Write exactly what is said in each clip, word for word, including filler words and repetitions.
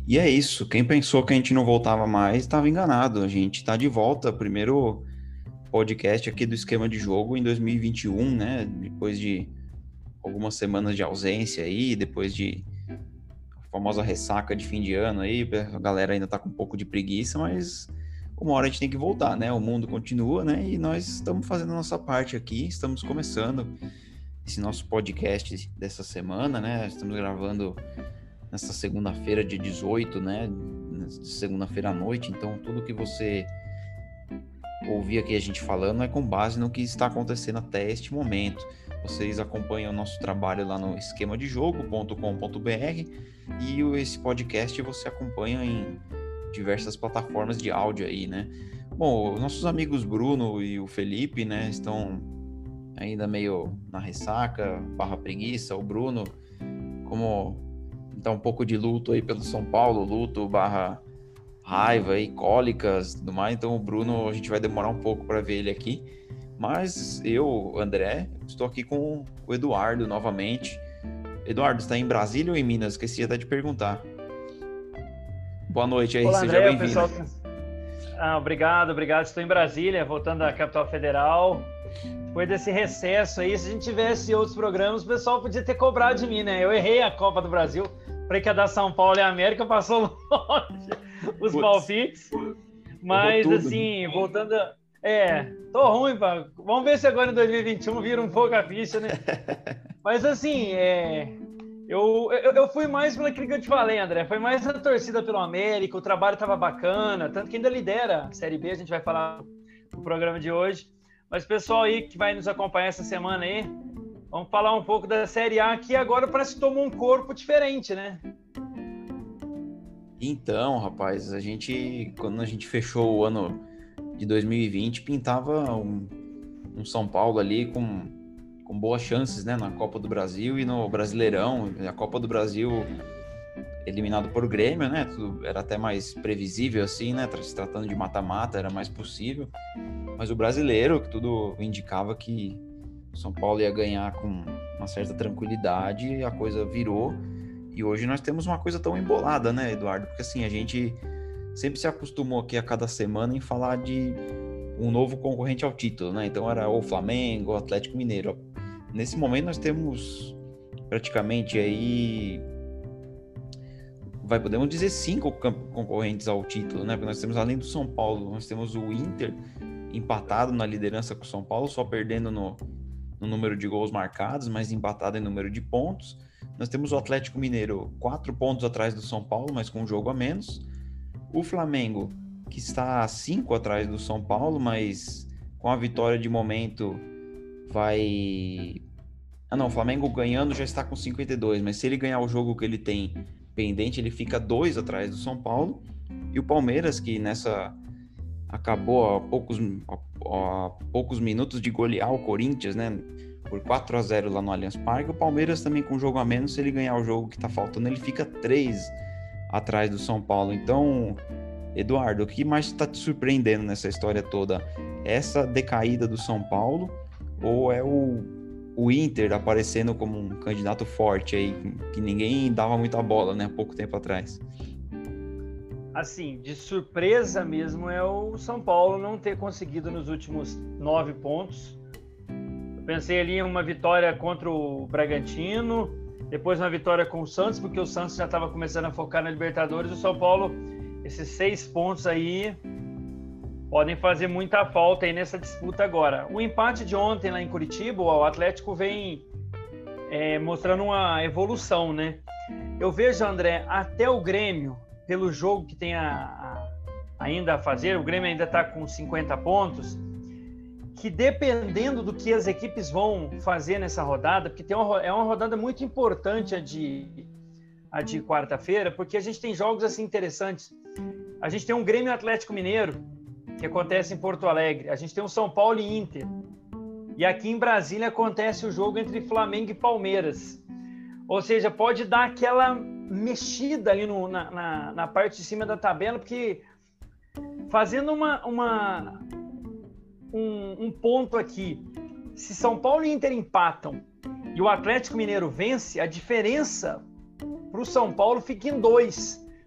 E é isso, quem pensou que a gente não voltava mais estava enganado. A gente está de volta, primeiro podcast aqui do Esquema de Jogo em dois mil e vinte e um, né? Depois de algumas semanas de ausência aí, depois de a famosa ressaca de fim de ano aí, a galera ainda tá com um pouco de preguiça, mas uma hora a gente tem que voltar, né? O mundo continua, né? E nós estamos fazendo a nossa parte aqui, estamos começando esse nosso podcast dessa semana, né? Estamos gravando nessa segunda-feira, dia dezoito, né? Segunda-feira à noite, então tudo que você ouvir aqui a gente falando é com base no que está acontecendo até este momento. Vocês acompanham o nosso trabalho lá no esquema de jogo ponto com ponto b r e esse podcast você acompanha em diversas plataformas de áudio aí, né? Bom, os nossos amigos Bruno e o Felipe, né, estão ainda meio na ressaca, barra preguiça. O Bruno, como tá um pouco de luto aí pelo São Paulo, luto barra raiva e cólicas e tudo mais, então o Bruno a gente vai demorar um pouco para ver ele aqui, mas eu, André, estou aqui com o Eduardo novamente. Eduardo, está em Brasília ou em Minas? Esqueci até de perguntar. Boa noite aí, Olá, seja André, bem-vindo. pessoal. Ah, obrigado, obrigado. Estou em Brasília, voltando da capital federal. Depois desse recesso aí, se a gente tivesse outros programas, o pessoal podia ter cobrado de mim, né? Eu errei a Copa do Brasil, falei que ia dar São Paulo e América, passou longe os palpites. Mas, assim, voltando... É, tô ruim, pá. Vamos ver se agora em dois mil e vinte e um vira um pouco a ficha, né? Mas, assim, é... Eu, eu, eu fui mais pelo que eu te falei, André. Foi mais a torcida pelo América, o trabalho estava bacana, tanto que ainda lidera a Série B, a gente vai falar no programa de hoje. Mas o pessoal aí que vai nos acompanhar essa semana aí, vamos falar um pouco da Série A, que agora parece que tomou um corpo diferente, né? Então, rapaz, a gente, quando a gente fechou o ano de dois mil e vinte, pintava um, um São Paulo ali com, com boas chances, né, na Copa do Brasil e no Brasileirão. A Copa do Brasil eliminado por Grêmio, né, tudo era até mais previsível assim, né, se tratando de mata-mata era mais possível, mas o Brasileiro, que tudo indicava que o São Paulo ia ganhar com uma certa tranquilidade, a coisa virou. E hoje nós temos uma coisa tão embolada, né, Eduardo? Porque assim, a gente sempre se acostumou aqui a cada semana em falar de um novo concorrente ao título, né? Então era o Flamengo, o Atlético Mineiro. Nesse momento nós temos praticamente aí, vai, podemos dizer cinco concorrentes ao título, né? Porque nós temos, além do São Paulo, nós temos o Inter empatado na liderança com o São Paulo, só perdendo no, no número de gols marcados, mas empatado em número de pontos. Nós temos o Atlético Mineiro quatro pontos atrás do São Paulo, mas com um jogo a menos. O Flamengo, que está cinco atrás do São Paulo, mas com a vitória de momento vai... Ah não, o Flamengo ganhando já está com cinquenta e dois, mas se ele ganhar o jogo que ele tem pendente, ele fica dois atrás do São Paulo. E o Palmeiras, que nessa acabou a poucos, a, a poucos minutos de golear o Corinthians, né? Por quatro a zero lá no Allianz Parque. O Palmeiras também com um jogo a menos, se ele ganhar o jogo que tá faltando, ele fica três atrás do São Paulo. Então, Eduardo, o que mais está te surpreendendo nessa história toda? Essa decaída do São Paulo ou é o, o Inter aparecendo como um candidato forte aí, que ninguém dava muita bola, né, há pouco tempo atrás? Assim, de surpresa mesmo é o São Paulo não ter conseguido nos últimos nove pontos. Pensei ali em uma vitória contra o Bragantino, depois uma vitória com o Santos, porque o Santos já estava começando a focar na Libertadores. O São Paulo, esses seis pontos aí, podem fazer muita falta aí nessa disputa agora. O empate de ontem lá em Curitiba, o Atlético vem é, mostrando uma evolução, né? Eu vejo, André, até o Grêmio, pelo jogo que tem a, a, ainda a fazer, o Grêmio ainda está com cinquenta pontos, que dependendo do que as equipes vão fazer nessa rodada, porque tem uma, é uma rodada muito importante a de, a de quarta-feira, porque a gente tem jogos assim interessantes. A gente tem um Grêmio Atlético Mineiro, que acontece em Porto Alegre. A gente tem um São Paulo e Inter. E aqui em Brasília acontece o jogo entre Flamengo e Palmeiras. Ou seja, pode dar aquela mexida ali no, na, na, na parte de cima da tabela, porque fazendo uma... uma Um, um ponto aqui, se São Paulo e Inter empatam e o Atlético Mineiro vence, a diferença para o São Paulo fica em dois,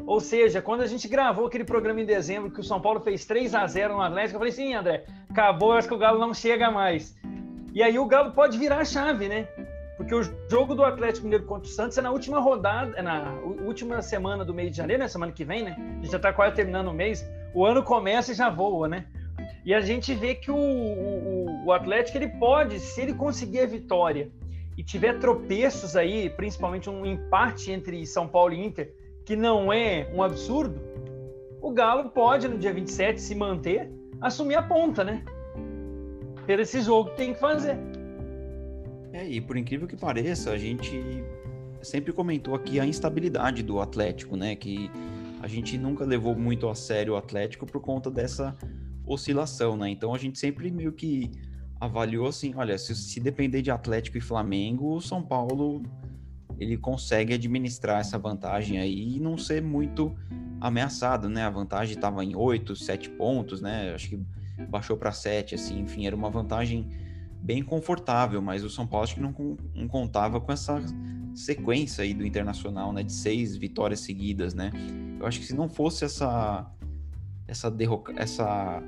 Ou seja, quando a gente gravou aquele programa em dezembro que o São Paulo fez três a zero no Atlético, eu falei assim, André, acabou, acho que o Galo não chega mais. E aí o Galo pode virar a chave, né? Porque o jogo do Atlético Mineiro contra o Santos é na última rodada, é na última semana do mês de janeiro, né? Semana que vem, né? A gente já tá quase terminando o mês. O ano começa e já voa, né? E a gente vê que o, o, o Atlético, ele pode, se ele conseguir a vitória e tiver tropeços aí, principalmente um empate entre São Paulo e Inter, que não é um absurdo, o Galo pode, no dia vinte e sete, se manter, assumir a ponta, né? Pelo esse jogo que tem que fazer. É, e por incrível que pareça, a gente sempre comentou aqui a instabilidade do Atlético, né? Que a gente nunca levou muito a sério o Atlético por conta dessa oscilação, né? Então a gente sempre meio que avaliou assim, olha, se, se depender de Atlético e Flamengo, o São Paulo ele consegue administrar essa vantagem aí e não ser muito ameaçado, né? A vantagem estava em oito, sete pontos, né? Acho que baixou para sete, assim, enfim, era uma vantagem bem confortável, mas o São Paulo acho que não, não contava com essa sequência aí do Internacional, né? De seis vitórias seguidas, né? Eu acho que se não fosse essa essa derroca, essa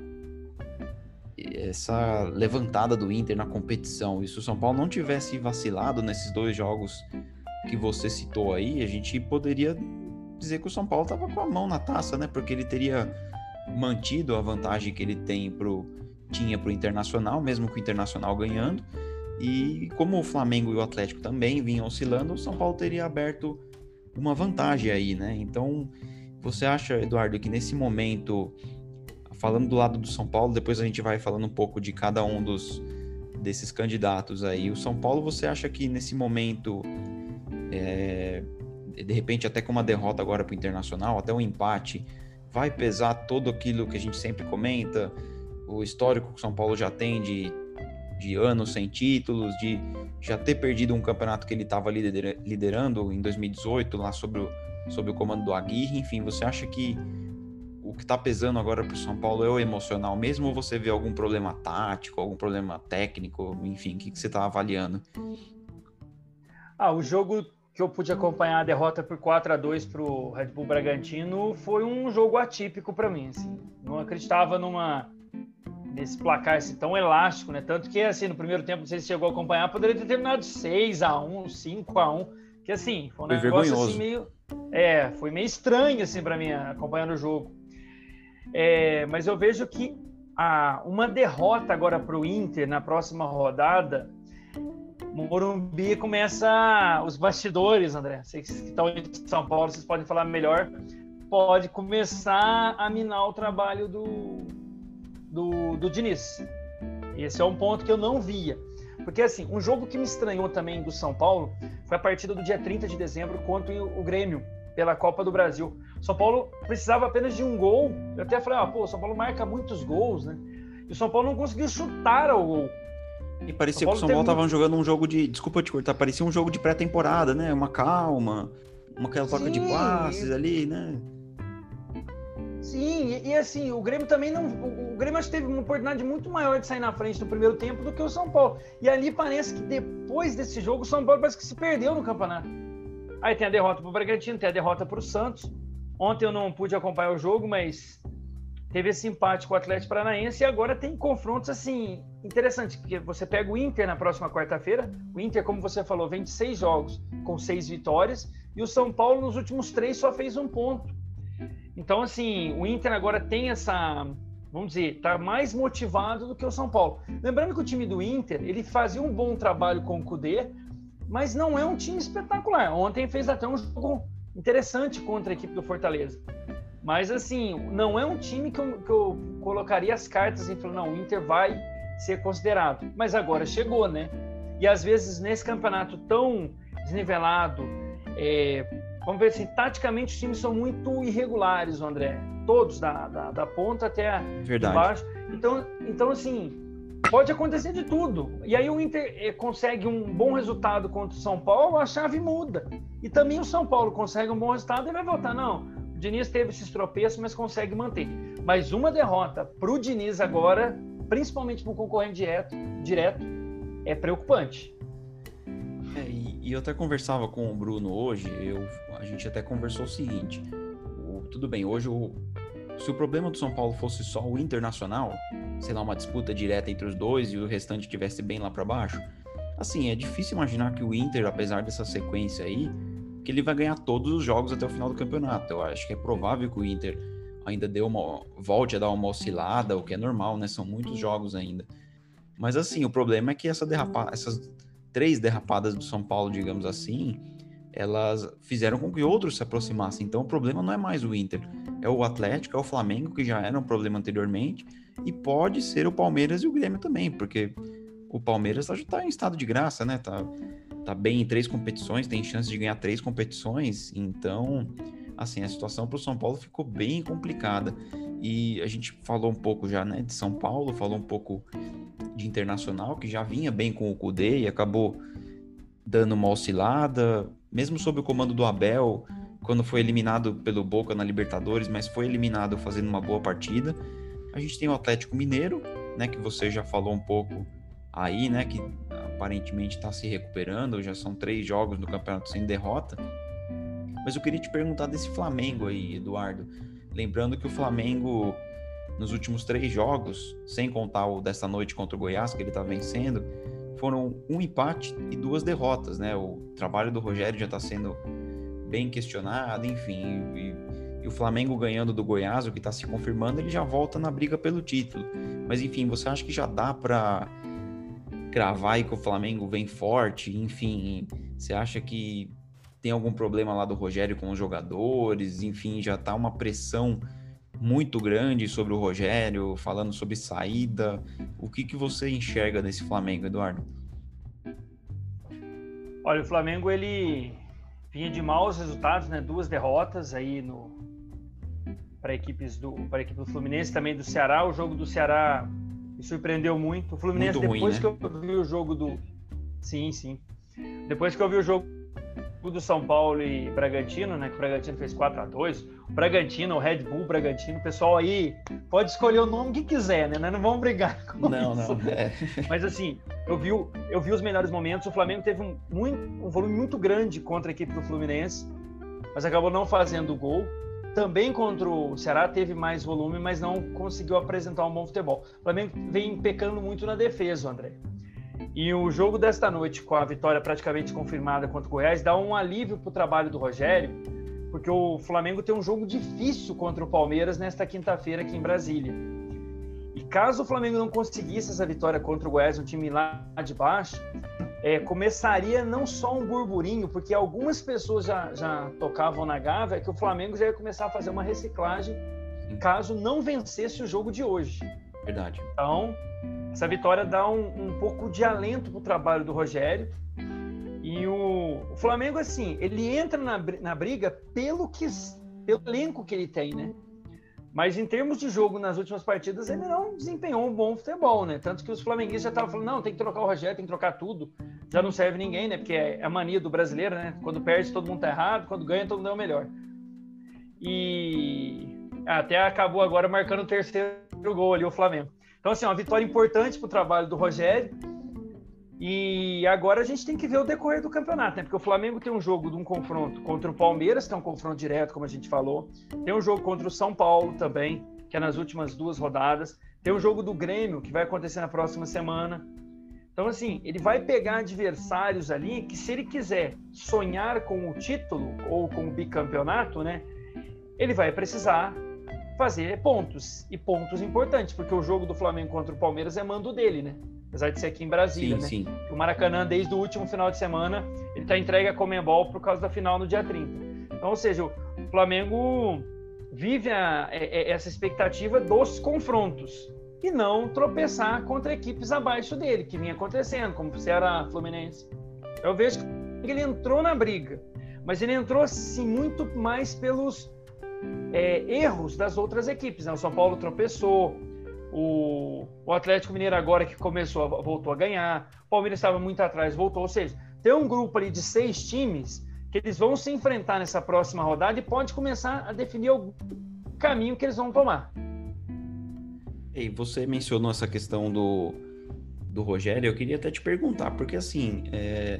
essa levantada do Inter na competição, e se o São Paulo não tivesse vacilado nesses dois jogos que você citou aí, a gente poderia dizer que o São Paulo estava com a mão na taça, né? Porque ele teria mantido a vantagem que ele tem pro, tinha para o Internacional, mesmo com o Internacional ganhando, e como o Flamengo e o Atlético também vinham oscilando, o São Paulo teria aberto uma vantagem aí, né? Então, você acha, Eduardo, que nesse momento, falando do lado do São Paulo, depois a gente vai falando um pouco de cada um dos desses candidatos aí, o São Paulo, você acha que nesse momento, é, de repente até com uma derrota agora para o Internacional, até um empate, vai pesar todo aquilo que a gente sempre comenta, o histórico que o São Paulo já tem de, de anos sem títulos, de já ter perdido um campeonato que ele estava liderando em dois mil e dezoito, lá sobre o, sobre o comando do Aguirre, enfim, você acha que o que está pesando agora para o São Paulo é o emocional mesmo, ou você vê algum problema tático, algum problema técnico, enfim, o que, que você está avaliando? Ah, o jogo que eu pude acompanhar a derrota por quatro a dois para o Red Bull Bragantino foi um jogo atípico para mim, assim. Não acreditava numa nesse placar assim, tão elástico, né? Tanto que assim, no primeiro tempo, não sei se chegou a acompanhar, poderia ter terminado seis a um, cinco a um, que assim, foi um foi negócio vergonhoso. Assim meio é, foi meio estranho assim para mim acompanhando o jogo. É, mas eu vejo que a, uma derrota agora para o Inter na próxima rodada, Morumbi começa os bastidores, André. Vocês que estão em São Paulo, vocês podem falar melhor. Pode começar a minar o trabalho do, do, do Diniz. Esse é um ponto que eu não via. Porque, assim, um jogo que me estranhou também do São Paulo foi a partida do dia trinta de dezembro contra o Grêmio, pela Copa do Brasil. O São Paulo precisava apenas de um gol. Eu até falei, ah, pô, o São Paulo marca muitos gols, né? E o São Paulo não conseguiu chutar ao gol. E parecia que o São Paulo estava jogando um jogo de... Desculpa te cortar, parecia um jogo de pré-temporada, né? Uma calma, uma aquela troca de passes ali, né? Sim, e, e assim, o Grêmio também não... O, o Grêmio acho que teve uma oportunidade muito maior de sair na frente no primeiro tempo do que o São Paulo. E ali parece que depois desse jogo, o São Paulo parece que se perdeu no campeonato. Aí tem a derrota para o Bragantino, tem a derrota para o Santos. Ontem eu não pude acompanhar o jogo, mas teve esse empate com o Atlético Paranaense e agora tem confrontos assim interessantes, porque você pega o Inter na próxima quarta-feira. O Inter, como você falou, vem de seis jogos com seis vitórias e o São Paulo nos últimos três só fez um ponto. Então, assim, o Inter agora tem essa, vamos dizer, tá mais motivado do que o São Paulo. Lembrando que o time do Inter, ele fazia um bom trabalho com o Kudê, mas não é um time espetacular. Ontem fez até um jogo interessante contra a equipe do Fortaleza. Mas, assim, não é um time que eu, que eu colocaria as cartas e falando, não, o Inter vai ser considerado. Mas agora chegou, né? E, às vezes, nesse campeonato tão desnivelado, é, vamos ver assim, taticamente os times são muito irregulares, André. Todos, da, da, da ponta até a baixo. Então, então, assim, pode acontecer de tudo. E aí o Inter eh, consegue um bom resultado contra o São Paulo, a chave muda. E também o São Paulo consegue um bom resultado e vai voltar. Não, o Diniz teve esses tropeços, mas consegue manter. Mas uma derrota para o Diniz agora, principalmente para um concorrente direto, direto, é preocupante. É, e, e eu até conversava com o Bruno hoje, eu, a gente até conversou o seguinte, o tudo bem, hoje o, se o problema do São Paulo fosse só o Internacional, sei lá, uma disputa direta entre os dois e o restante estivesse bem lá para baixo, assim, é difícil imaginar que o Inter, apesar dessa sequência aí, que ele vai ganhar todos os jogos até o final do campeonato. Eu acho que é provável que o Inter ainda dê uma, volte a dar uma oscilada, o que é normal, né? São muitos jogos ainda. Mas assim, o problema é que essa derrapa, essas três derrapadas do São Paulo, digamos assim, elas fizeram com que outros se aproximassem. Então o problema não é mais o Inter, é o Atlético, é o Flamengo, que já era um problema anteriormente, e pode ser o Palmeiras e o Grêmio também, porque o Palmeiras já está em estado de graça, né? Tá, tá bem em três competições, tem chance de ganhar três competições, então, assim, a situação para o São Paulo ficou bem complicada. E a gente falou um pouco já, né, de São Paulo, falou um pouco de Internacional, que já vinha bem com o Cudê e acabou dando uma oscilada, mesmo sob o comando do Abel, quando foi eliminado pelo Boca na Libertadores, mas foi eliminado fazendo uma boa partida. A gente tem o Atlético Mineiro, né, que você já falou um pouco aí, né, que aparentemente está se recuperando, já são três jogos no campeonato sem derrota. Mas eu queria te perguntar desse Flamengo aí, Eduardo. Lembrando que o Flamengo, nos últimos três jogos, sem contar o dessa noite contra o Goiás, que ele está vencendo, foram um empate e duas derrotas, né? O trabalho do Rogério já está sendo bem questionado, enfim, e, e o Flamengo ganhando do Goiás, o que está se confirmando, ele já volta na briga pelo título. Mas enfim, você acha que já dá para cravar aí que o Flamengo vem forte? Enfim, você acha que tem algum problema lá do Rogério com os jogadores? Enfim, já tá uma pressão muito grande sobre o Rogério, falando sobre saída. O que, que você enxerga desse Flamengo, Eduardo? Olha, o Flamengo, ele vinha de maus resultados, né? Duas derrotas aí no para equipes do para a equipe do Fluminense, também do Ceará. O jogo do Ceará me surpreendeu muito. O Fluminense, muito depois ruim, né? Que eu vi o jogo do sim, sim. Depois que eu vi o jogo do São Paulo e Bragantino, né? Que o Bragantino fez quatro a dois. O Bragantino, o Red Bull Bragantino, o pessoal aí pode escolher o nome que quiser, né? Nós não vamos brigar com não, isso. Não, é. Mas assim, eu vi, eu vi os melhores momentos. O Flamengo teve um, muito, um volume muito grande contra a equipe do Fluminense, mas acabou não fazendo gol. Também contra o Ceará teve mais volume, mas não conseguiu apresentar um bom futebol. O Flamengo vem pecando muito na defesa, André. E o jogo desta noite, com a vitória praticamente confirmada contra o Goiás, dá um alívio para o trabalho do Rogério, porque o Flamengo tem um jogo difícil contra o Palmeiras nesta quinta-feira aqui em Brasília. E caso o Flamengo não conseguisse essa vitória contra o Goiás, um time lá de baixo, é, começaria não só um burburinho, porque algumas pessoas já, já tocavam na gávea, que o Flamengo já ia começar a fazer uma reciclagem caso não vencesse o jogo de hoje. Verdade. Então, essa vitória dá um, um pouco de alento para o trabalho do Rogério. E o, o Flamengo, assim, ele entra na, na briga pelo, que, pelo elenco que ele tem, né? Mas em termos de jogo nas últimas partidas, ele não desempenhou um bom futebol, né? Tanto que os flamenguistas já estavam falando, não, tem que trocar o Rogério, tem que trocar tudo. Já não serve ninguém, né? Porque é a mania do brasileiro, né? Quando perde, todo mundo tá errado. Quando ganha, todo mundo é o melhor. E até acabou agora marcando o terceiro gol ali, o Flamengo. Então, assim, uma vitória importante para o trabalho do Rogério. E agora a gente tem que ver o decorrer do campeonato, né? Porque o Flamengo tem um jogo de um confronto contra o Palmeiras, que é um confronto direto, como a gente falou. Tem um jogo contra o São Paulo também, que é nas últimas duas rodadas. Tem um jogo do Grêmio, que vai acontecer na próxima semana. Então, assim, ele vai pegar adversários ali que, se ele quiser sonhar com o título ou com o bicampeonato, né? Ele vai precisar fazer pontos, e pontos importantes, porque o jogo do Flamengo contra o Palmeiras é mando dele, né? Apesar de ser aqui em Brasília, sim, né? Sim. O Maracanã, desde o último final de semana, ele está entregue a Conmebol por causa da final no dia trinta. Então, ou seja, o Flamengo vive a, a, essa expectativa dos confrontos e não tropeçar contra equipes abaixo dele, que vinha acontecendo, como o Ceará, Fluminense. Eu vejo que ele entrou na briga, mas ele entrou, assim, muito mais pelos é, erros das outras equipes, né? O São Paulo tropeçou, O, o Atlético Mineiro agora que começou, voltou a ganhar, o Palmeiras estava muito atrás, voltou, ou seja, tem um grupo ali de seis times que eles vão se enfrentar nessa próxima rodada e pode começar a definir o caminho que eles vão tomar. E você mencionou essa questão do, do Rogério, eu queria até te perguntar, porque assim, é,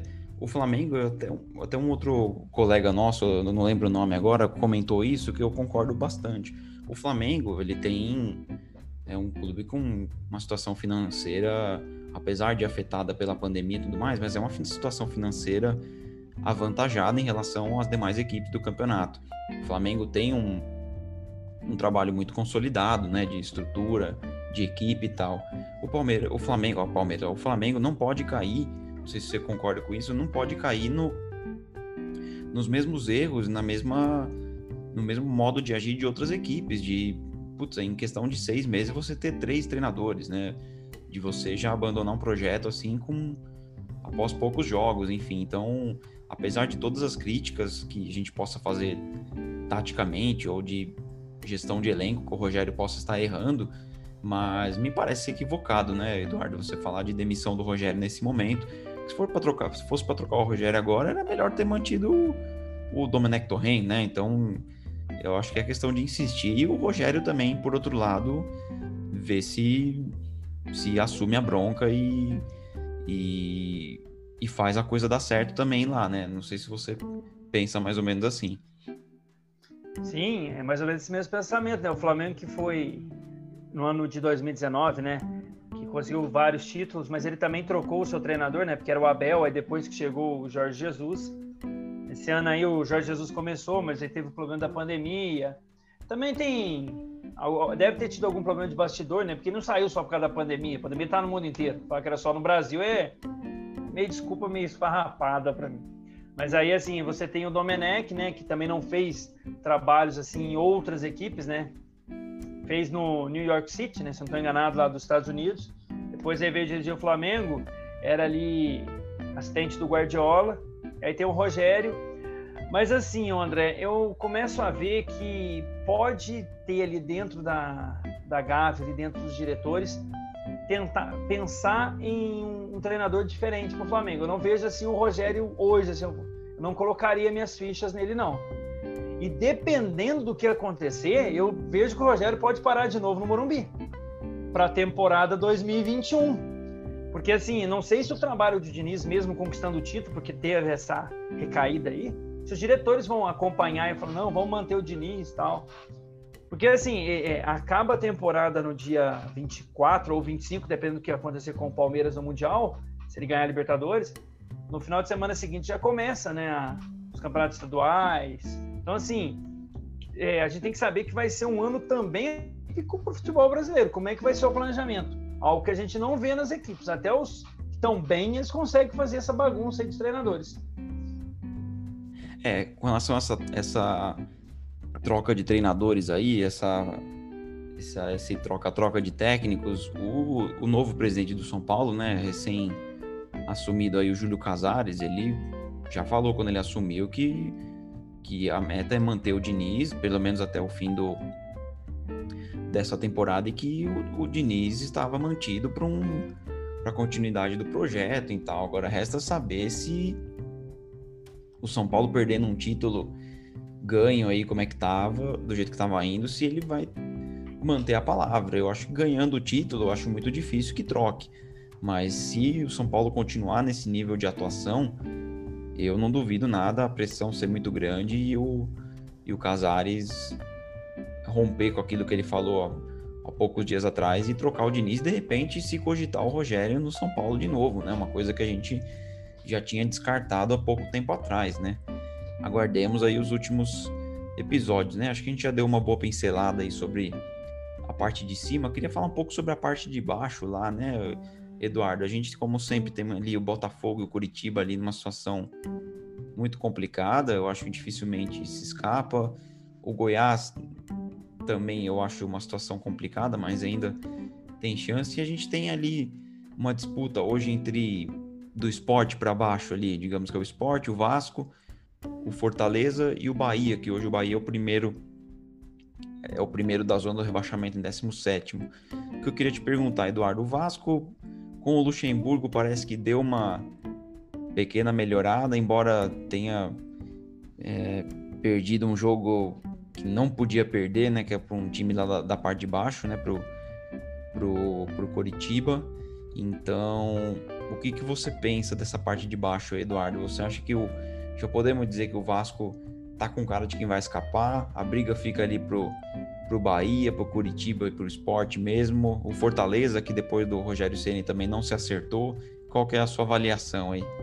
o Flamengo, até um, até um outro colega nosso, eu não lembro o nome agora, comentou isso, que eu concordo bastante. O Flamengo, ele tem é um clube com uma situação financeira, apesar de afetada pela pandemia e tudo mais, mas é uma situação financeira avantajada em relação às demais equipes do campeonato. O Flamengo tem um, um trabalho muito consolidado, né, de estrutura, de equipe e tal. O Palmeiras, o Flamengo, ó, o Palmeiras, o Flamengo não pode cair, não sei se você concorda com isso, não pode cair no, nos mesmos erros, na mesma, no mesmo modo de agir de outras equipes, de, putz, em questão de seis meses você ter três treinadores, né, de você já abandonar um projeto assim com, após poucos jogos, enfim. Então, apesar de todas as críticas que a gente possa fazer taticamente ou de gestão de elenco que o Rogério possa estar errando, mas me parece equivocado, né, Eduardo, você falar de demissão do Rogério nesse momento. Se for para trocar, se fosse para trocar o Rogério agora, era melhor ter mantido o, o Domenech Torrent, né? Então, eu acho que é questão de insistir. E o Rogério também, por outro lado, ver se se assume a bronca e, e e faz a coisa dar certo também lá, né? Não sei se você pensa mais ou menos assim. Sim, é mais ou menos esse mesmo pensamento, né? O Flamengo que foi no ano de dois mil e dezenove, né? Que conseguiu vários títulos, mas ele também trocou o seu treinador, né? Porque era o Abel, aí depois que chegou o Jorge Jesus. Esse ano aí o Jorge Jesus começou, mas aí teve o problema da pandemia. Também tem... Deve ter tido algum problema de bastidor, né? Porque não saiu só por causa da pandemia. A pandemia tá no mundo inteiro. Falar que era só no Brasil é meio desculpa, meio esfarrapada para mim. Mas aí, assim, você tem o Domenech, né? Que também não fez trabalhos, assim, em outras equipes, né? Fez no New York City, né? Se não estou enganado, lá dos Estados Unidos. Depois aí veio dirigir o Flamengo. Era ali assistente do Guardiola. Aí tem o Rogério. Mas assim, André, eu começo a ver que pode ter ali dentro da, da Gávea, ali dentro dos diretores, tentar pensar em um, um treinador diferente para o Flamengo. Eu não vejo assim o Rogério hoje, assim, eu não colocaria minhas fichas nele, não. E dependendo do que acontecer, eu vejo que o Rogério pode parar de novo no Morumbi para a temporada dois mil e vinte e um. Porque assim, não sei se o trabalho do Diniz, mesmo conquistando o título, porque teve essa recaída aí, se os diretores vão acompanhar e falar, não, vamos manter o Diniz e tal. Porque assim, é, é, acaba a temporada no dia vinte e quatro ou vinte e cinco, dependendo do que acontecer com o Palmeiras no Mundial, se ele ganhar a Libertadores, no final de semana seguinte já começa, né, a, os campeonatos estaduais. Então assim, é, a gente tem que saber que vai ser um ano também para o futebol brasileiro. Como é que vai ser o planejamento? Algo que a gente não vê nas equipes. Até os que estão bem, eles conseguem fazer essa bagunça aí dos treinadores. É, com relação a essa, essa troca de treinadores aí, essa, essa, essa troca-troca de técnicos, o, o novo presidente do São Paulo, né, recém-assumido aí, o Júlio Casares, ele já falou quando ele assumiu que, que a meta é manter o Diniz, pelo menos até o fim do, dessa temporada, e que o, o Diniz estava mantido para um, para a continuidade do projeto e tal. Agora resta saber se o São Paulo perdendo um título ganho aí, como é que tava, do jeito que tava indo, se ele vai manter a palavra. Eu acho que ganhando o título, eu acho muito difícil que troque. Mas se o São Paulo continuar nesse nível de atuação, eu não duvido nada a pressão ser muito grande e o, e o Casares romper com aquilo que ele falou há, há poucos dias atrás e trocar o Diniz, de repente, se cogitar o Rogério no São Paulo de novo, né? Uma coisa que a gente já tinha descartado há pouco tempo atrás, né? Aguardemos aí os últimos episódios, né? Acho que a gente já deu uma boa pincelada aí sobre a parte de cima. Eu queria falar um pouco sobre a parte de baixo lá, né, Eduardo? A gente, como sempre, tem ali o Botafogo e o Curitiba ali numa situação muito complicada. Eu acho que dificilmente se escapa. O Goiás também eu acho uma situação complicada, mas ainda tem chance. E a gente tem ali uma disputa hoje entre do Sport para baixo ali, digamos que é o Sport, o Vasco, o Fortaleza e o Bahia, que hoje o Bahia é o primeiro é o primeiro da zona do rebaixamento em décimo sétimo. O que eu queria te perguntar, Eduardo, o Vasco com o Luxemburgo parece que deu uma pequena melhorada, embora tenha é, perdido um jogo que não podia perder, né, que é para um time lá da, da parte de baixo, né, pro, pro, pro Coritiba. Então, o que, que você pensa dessa parte de baixo, Eduardo? Você acha que o, já podemos dizer que o Vasco tá com cara de quem vai escapar? A briga fica ali pro, pro Bahia, pro Curitiba e pro Sport mesmo? O Fortaleza, que depois do Rogério Ceni também não se acertou. Qual que é a sua avaliação aí?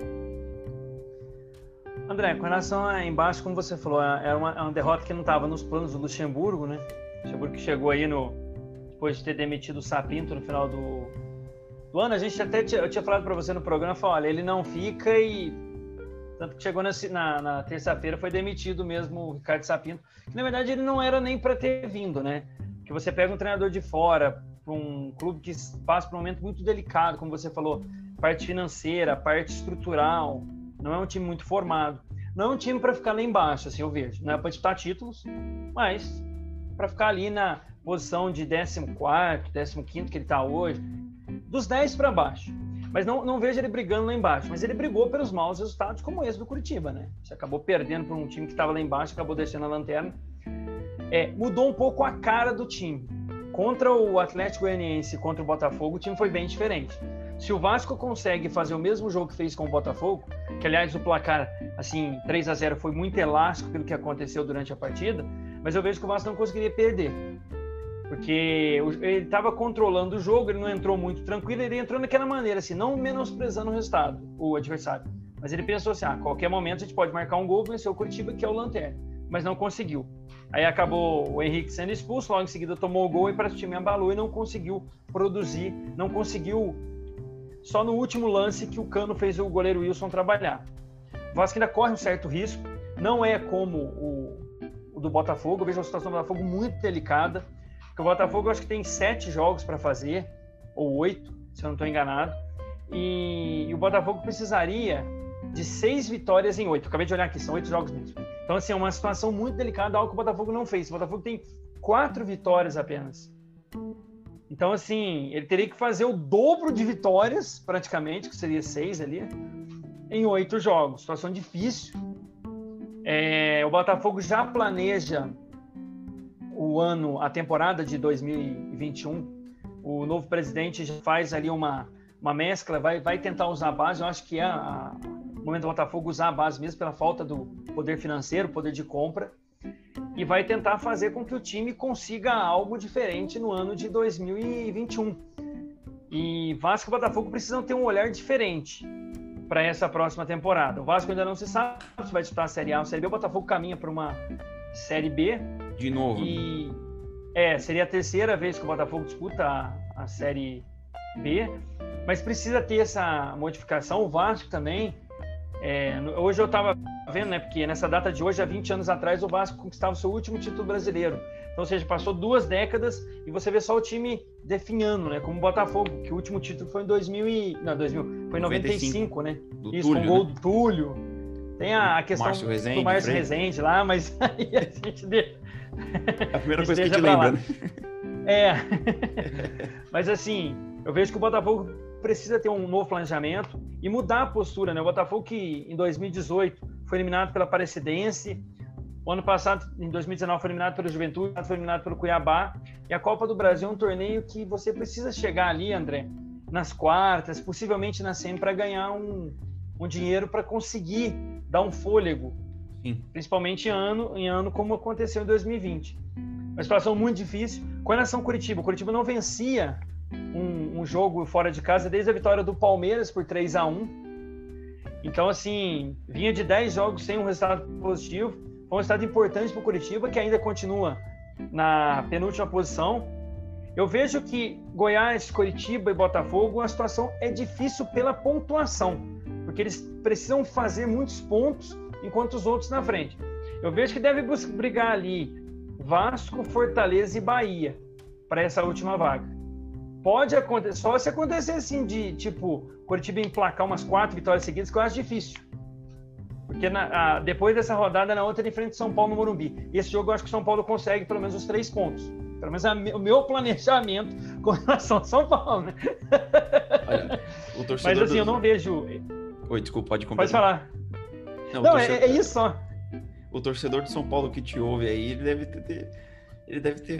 André, com relação a embaixo, como você falou, é uma, é uma derrota que não estava nos planos do Luxemburgo, né? O Luxemburgo que chegou aí no, depois de ter demitido o Sapinto no final do, do ano. A gente até tinha, eu tinha falado para você no programa, falou, olha, ele não fica e tanto que chegou na, na, na terça-feira foi demitido mesmo o Ricardo Sapinto, que na verdade ele não era nem para ter vindo, né? Que você pega um treinador de fora para um clube que passa por um momento muito delicado, como você falou, parte financeira, parte estrutural. Não é um time muito formado. Não é um time para ficar lá embaixo, assim, eu vejo. Não é para disputar títulos, mas para ficar ali na posição de décimo quarto, décimo quinto que ele está hoje, dos dez para baixo. Mas não, não vejo ele brigando lá embaixo. Mas ele brigou pelos maus resultados, como esse do Curitiba, né? Você acabou perdendo para um time que estava lá embaixo, acabou deixando a lanterna. É, mudou um pouco a cara do time. Contra o Atlético Goianiense e contra o Botafogo, o time foi bem diferente. Se o Vasco consegue fazer o mesmo jogo que fez com o Botafogo, que aliás o placar, assim, três a zero foi muito elástico pelo que aconteceu durante a partida, mas eu vejo que o Vasco não conseguiria perder. Porque ele estava controlando o jogo, ele não entrou muito tranquilo, ele entrou daquela maneira, assim, não menosprezando o resultado, o adversário. Mas ele pensou assim, ah, a qualquer momento a gente pode marcar um gol, vencer o Curitiba, que é o lanterna. Mas não conseguiu. Aí acabou o Henrique sendo expulso, logo em seguida tomou o gol e para o time abalou e não conseguiu produzir, não conseguiu... Só no último lance que o Cano fez o goleiro Wilson trabalhar. O Vasco ainda corre um certo risco, não é como o, o do Botafogo. Eu vejo a situação do Botafogo muito delicada, porque o Botafogo eu acho que tem sete jogos para fazer, ou oito, se eu não estou enganado, e, e o Botafogo precisaria de seis vitórias em oito. Eu acabei de olhar aqui, são oito jogos mesmo. Então, assim, é uma situação muito delicada, algo que o Botafogo não fez. O Botafogo tem quatro vitórias apenas. Então, assim, ele teria que fazer o dobro de vitórias, praticamente, que seria seis ali, em oito jogos. Situação difícil. É, o Botafogo já planeja o ano, a temporada de dois mil e vinte e um. O novo presidente já faz ali uma, uma mescla, vai, vai tentar usar a base. Eu acho que é a, o momento do Botafogo usar a base mesmo pela falta do poder financeiro, poder de compra. E vai tentar fazer com que o time consiga algo diferente no ano de dois mil e vinte e um. E Vasco e Botafogo precisam ter um olhar diferente para essa próxima temporada. O Vasco ainda não se sabe se vai disputar a Série A ou a Série B. O Botafogo caminha para uma Série B. De novo. E é, seria a terceira vez que o Botafogo disputa a, a Série B. Mas precisa ter essa modificação. O Vasco também. É, hoje eu estava vendo, né, porque nessa data de hoje, há vinte anos atrás, o Vasco conquistava o seu último título brasileiro. Então, ou seja, passou duas décadas e você vê só o time definhando, né, como o Botafogo, que o último título foi em dois mil e... Não, dois mil, foi em noventa e cinco, né? Do Isso, Túlio, com o gol né? do Túlio. Tem a, a questão Márcio Rezende, do Márcio Fred. Rezende lá, mas aí a gente deixa... A primeira coisa que deixa te pra lá. lembra, né? É. Mas assim, eu vejo que o Botafogo precisa ter um novo planejamento e mudar a postura, né? O Botafogo que em dois mil e dezoito foi eliminado pela Aparecidense, o ano passado, em dois mil e dezenove, foi eliminado pelo Juventude, foi eliminado pelo Cuiabá, e a Copa do Brasil é um torneio que você precisa chegar ali, André, nas quartas, possivelmente na semi, para ganhar um, um dinheiro para conseguir dar um fôlego, Sim. principalmente em ano, em ano como aconteceu em dois mil e vinte. Uma situação muito difícil. Com relação ao Curitiba, o Curitiba não vencia um, um jogo fora de casa desde a vitória do Palmeiras por três a um. Então, assim, vinha de dez jogos sem um resultado positivo. Foi um resultado importante para o Curitiba, que ainda continua na penúltima posição. Eu vejo que Goiás, Curitiba e Botafogo, a situação é difícil pela pontuação, porque eles precisam fazer muitos pontos enquanto os outros na frente. Eu vejo que deve brigar ali Vasco, Fortaleza e Bahia para essa última vaga. Pode acontecer, só se acontecer assim de, tipo, Curitiba emplacar umas quatro vitórias seguidas, que eu acho difícil. Porque na, a, depois dessa rodada, na outra, ele enfrenta São Paulo no Morumbi. E esse jogo eu acho que o São Paulo consegue pelo menos os três pontos. Pelo menos a, o meu planejamento com relação a São Paulo, né? Olha, o torcedor Mas assim, do... eu não vejo... Oi, desculpa, pode Pode completar. falar. Não, Não, torcedor... é, é isso só. O torcedor de São Paulo que te ouve aí, ele deve ter... Ele deve ter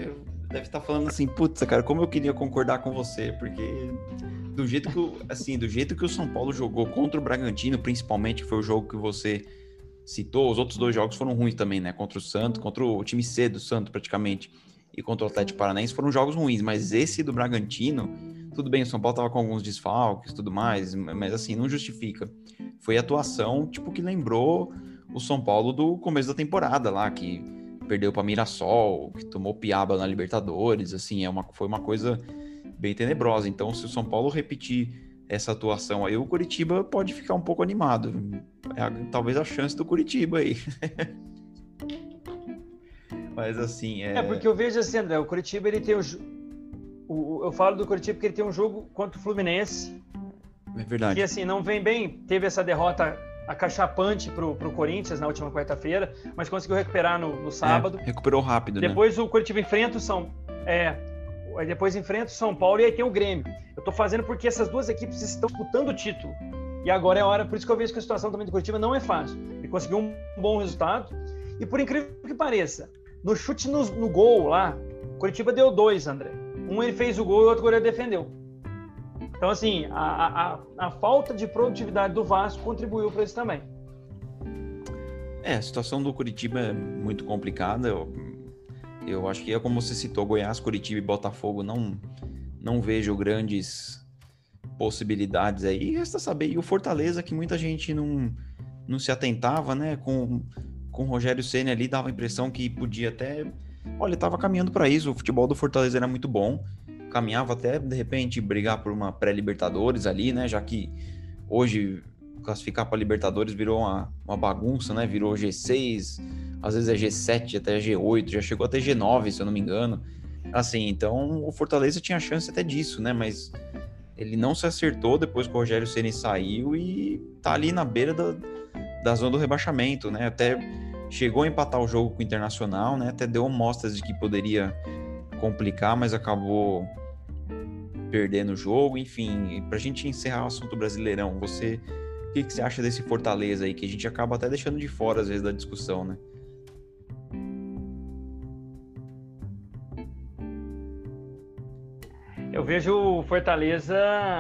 deve estar falando assim, putz, cara, como eu queria concordar com você, porque do jeito que, o- assim, do jeito que o São Paulo jogou contra o Bragantino, principalmente, que foi o jogo que você citou, os outros dois jogos foram ruins também, né? Contra o Santos, contra o time C do Santos, praticamente, e contra o Atlético Paranaense foram jogos ruins, mas esse do Bragantino, tudo bem, o São Paulo tava com alguns desfalques e tudo mais, mas assim, não justifica. Foi atuação, tipo, que lembrou o São Paulo do começo da temporada lá, que perdeu para Mirassol, que tomou piaba na Libertadores, assim, é uma, foi uma coisa bem tenebrosa. Então, se o São Paulo repetir essa atuação aí, o Coritiba pode ficar um pouco animado. É a- talvez a chance do Coritiba aí. Mas assim, É, é, porque eu vejo assim, André, o Curitiba, ele tem o, jo- o- eu falo do Curitiba porque ele tem um jogo contra o Fluminense, é que verdade. assim, não vem bem, teve essa derrota acachapante pro, pro Corinthians na última quarta-feira, mas conseguiu recuperar no, no sábado. É, recuperou rápido, né? Depois o Curitiba enfrenta o São é, aí depois enfrenta o São Paulo e aí tem o Grêmio. Eu tô fazendo porque essas duas equipes estão disputando o título. E agora é a hora, por isso que eu vejo que a situação também do Curitiba não é fácil. Ele conseguiu um bom resultado e por incrível que pareça, no chute no, no gol lá, o Curitiba deu dois, André. Um ele fez o gol e o outro goleiro defendeu. Então, assim, a, a, a falta de produtividade do Vasco contribuiu para isso também. É, a situação do Curitiba é muito complicada. Eu, eu acho que é como você citou, Goiás, Curitiba e Botafogo, não, não vejo grandes possibilidades aí. Resta saber. E o Fortaleza, que muita gente não, não se atentava, né? Com, com o Rogério Ceni ali, dava a impressão que podia até... Olha, estava caminhando para isso. O futebol do Fortaleza era muito bom. Caminhava até, de repente, brigar por uma pré-Libertadores ali, né? Já que hoje classificar para Libertadores virou uma, uma bagunça, né? Virou G seis, às vezes é G sete, até G oito, já chegou até G nove, se eu não me engano. Assim, então o Fortaleza tinha chance até disso, né? Mas ele não se acertou depois que o Rogério Ceni saiu e tá ali na beira da, da zona do rebaixamento, né? Até chegou a empatar o jogo com o Internacional, né? Até deu mostras de que poderia complicar, mas acabou perdendo o jogo. Enfim, pra gente encerrar o assunto Brasileirão, você, o que, que você acha desse Fortaleza aí, que a gente acaba até deixando de fora às vezes da discussão, né? Eu vejo o Fortaleza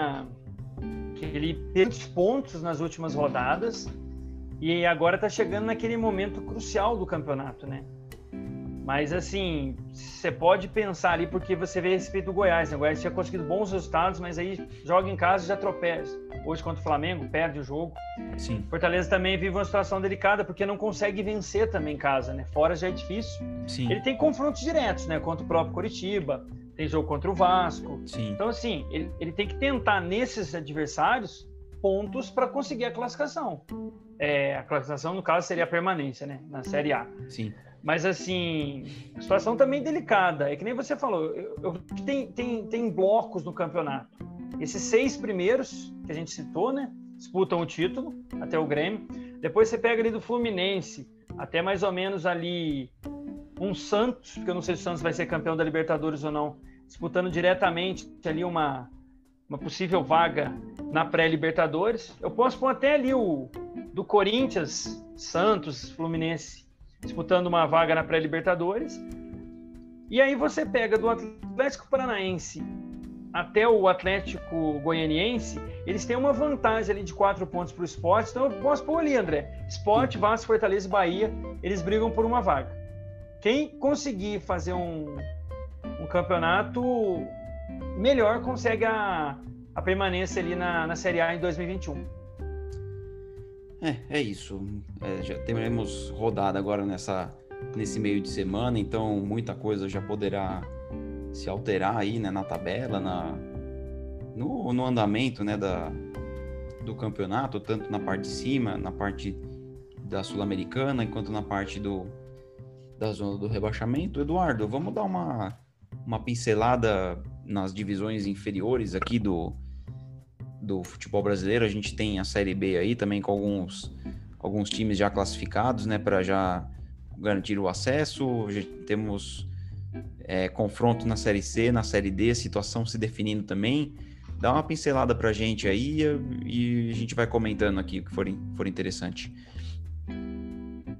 que ele perdeu pontos nas últimas rodadas e agora está chegando naquele momento crucial do campeonato, né? Mas assim, você pode pensar ali, porque você vê a respeito do Goiás, né? O Goiás tinha conseguido bons resultados, mas aí joga em casa e já tropeça. Hoje contra o Flamengo, perde o jogo. Sim. Fortaleza também vive uma situação delicada, porque não consegue vencer também em casa, né? Fora já é difícil. Sim. Ele tem confrontos diretos, né? Contra o próprio Coritiba, tem jogo contra o Vasco. Sim. Então, assim, ele, ele tem que tentar nesses adversários pontos para conseguir a classificação. É, a classificação, no caso, seria a permanência, né? Na Série A. Sim. Mas, assim, a situação também delicada. É que nem você falou, eu, eu, tem, tem, tem blocos no campeonato. Esses seis primeiros que a gente citou, né? Disputam o título, até o Grêmio. Depois você pega ali do Fluminense, até mais ou menos ali um Santos, porque eu não sei se o Santos vai ser campeão da Libertadores ou não, disputando diretamente ali uma, uma possível vaga na pré-Libertadores. Eu posso pôr até ali o do Corinthians, Santos, Fluminense, disputando uma vaga na pré-Libertadores. E aí você pega do Atlético Paranaense até o Atlético Goianiense, eles têm uma vantagem ali de quatro pontos para o Sport. Então eu posso pôr ali, André. Sport, Vasco, Fortaleza e Bahia, eles brigam por uma vaga. Quem conseguir fazer um, um campeonato melhor consegue a, a permanência ali na, na Série A em dois mil e vinte e um. É, é isso. É, já teremos rodada agora nessa, nesse meio de semana, então muita coisa já poderá se alterar aí, né, na tabela, na, no, no andamento, né, da, do campeonato, tanto na parte de cima, na parte da Sul-Americana, enquanto na parte do, da zona do rebaixamento. Eduardo, vamos dar uma, uma pincelada nas divisões inferiores aqui do, do futebol brasileiro. A gente tem a Série B aí também com alguns, alguns times já classificados, né, para já garantir o acesso. Já temos é, confronto na Série C, na Série D, situação se definindo também. Dá uma pincelada pra gente aí e a gente vai comentando aqui o que for, for interessante.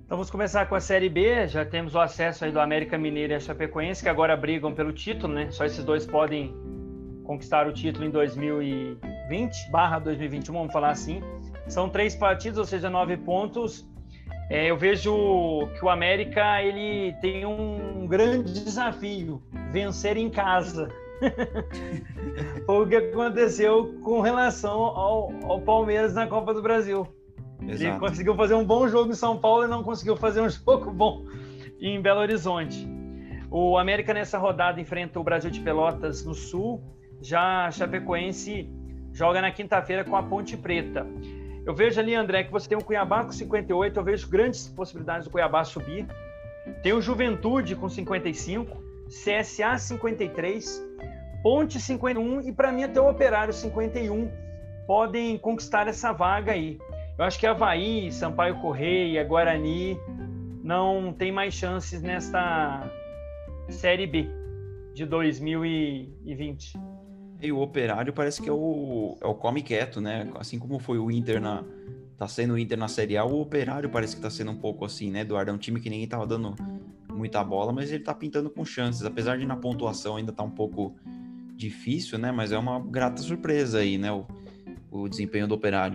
Então vamos começar com a Série B. Já temos o acesso aí do América Mineiro e a Chapecoense, que agora brigam pelo título, né? Só esses dois podem conquistar o título em dois mil e vinte barra dois mil e vinte e um, vamos falar assim. São três partidas, ou seja, nove pontos. É, eu vejo que o América ele tem um grande desafio, vencer em casa. Foi o que aconteceu com relação ao, ao Palmeiras na Copa do Brasil. Exato. Ele conseguiu fazer um bom jogo em São Paulo e não conseguiu fazer um jogo bom em Belo Horizonte. O América nessa rodada enfrenta o Brasil de Pelotas no Sul. Já a Chapecoense joga na quinta-feira com a Ponte Preta. Eu vejo ali, André, que você tem o Cuiabá com cinquenta e oito, eu vejo grandes possibilidades do Cuiabá subir. Tem o Juventude com cinquenta e cinco, C S A cinquenta e três, Ponte cinquenta e um e para mim até o Operário cinquenta e um podem conquistar essa vaga aí. Eu acho que Avaí, Sampaio Corrêa, Guarani não tem mais chances nesta Série B de dois mil e vinte. E o Operário parece que é o, é o come quieto, né? Assim como foi o Inter na... Tá sendo o Inter na Série A, o Operário parece que tá sendo um pouco assim, né, Eduardo? É um time que ninguém tava dando muita bola, mas ele tá pintando com chances. Apesar de na pontuação ainda tá um pouco difícil, né? Mas é uma grata surpresa aí, né? O, o desempenho do Operário.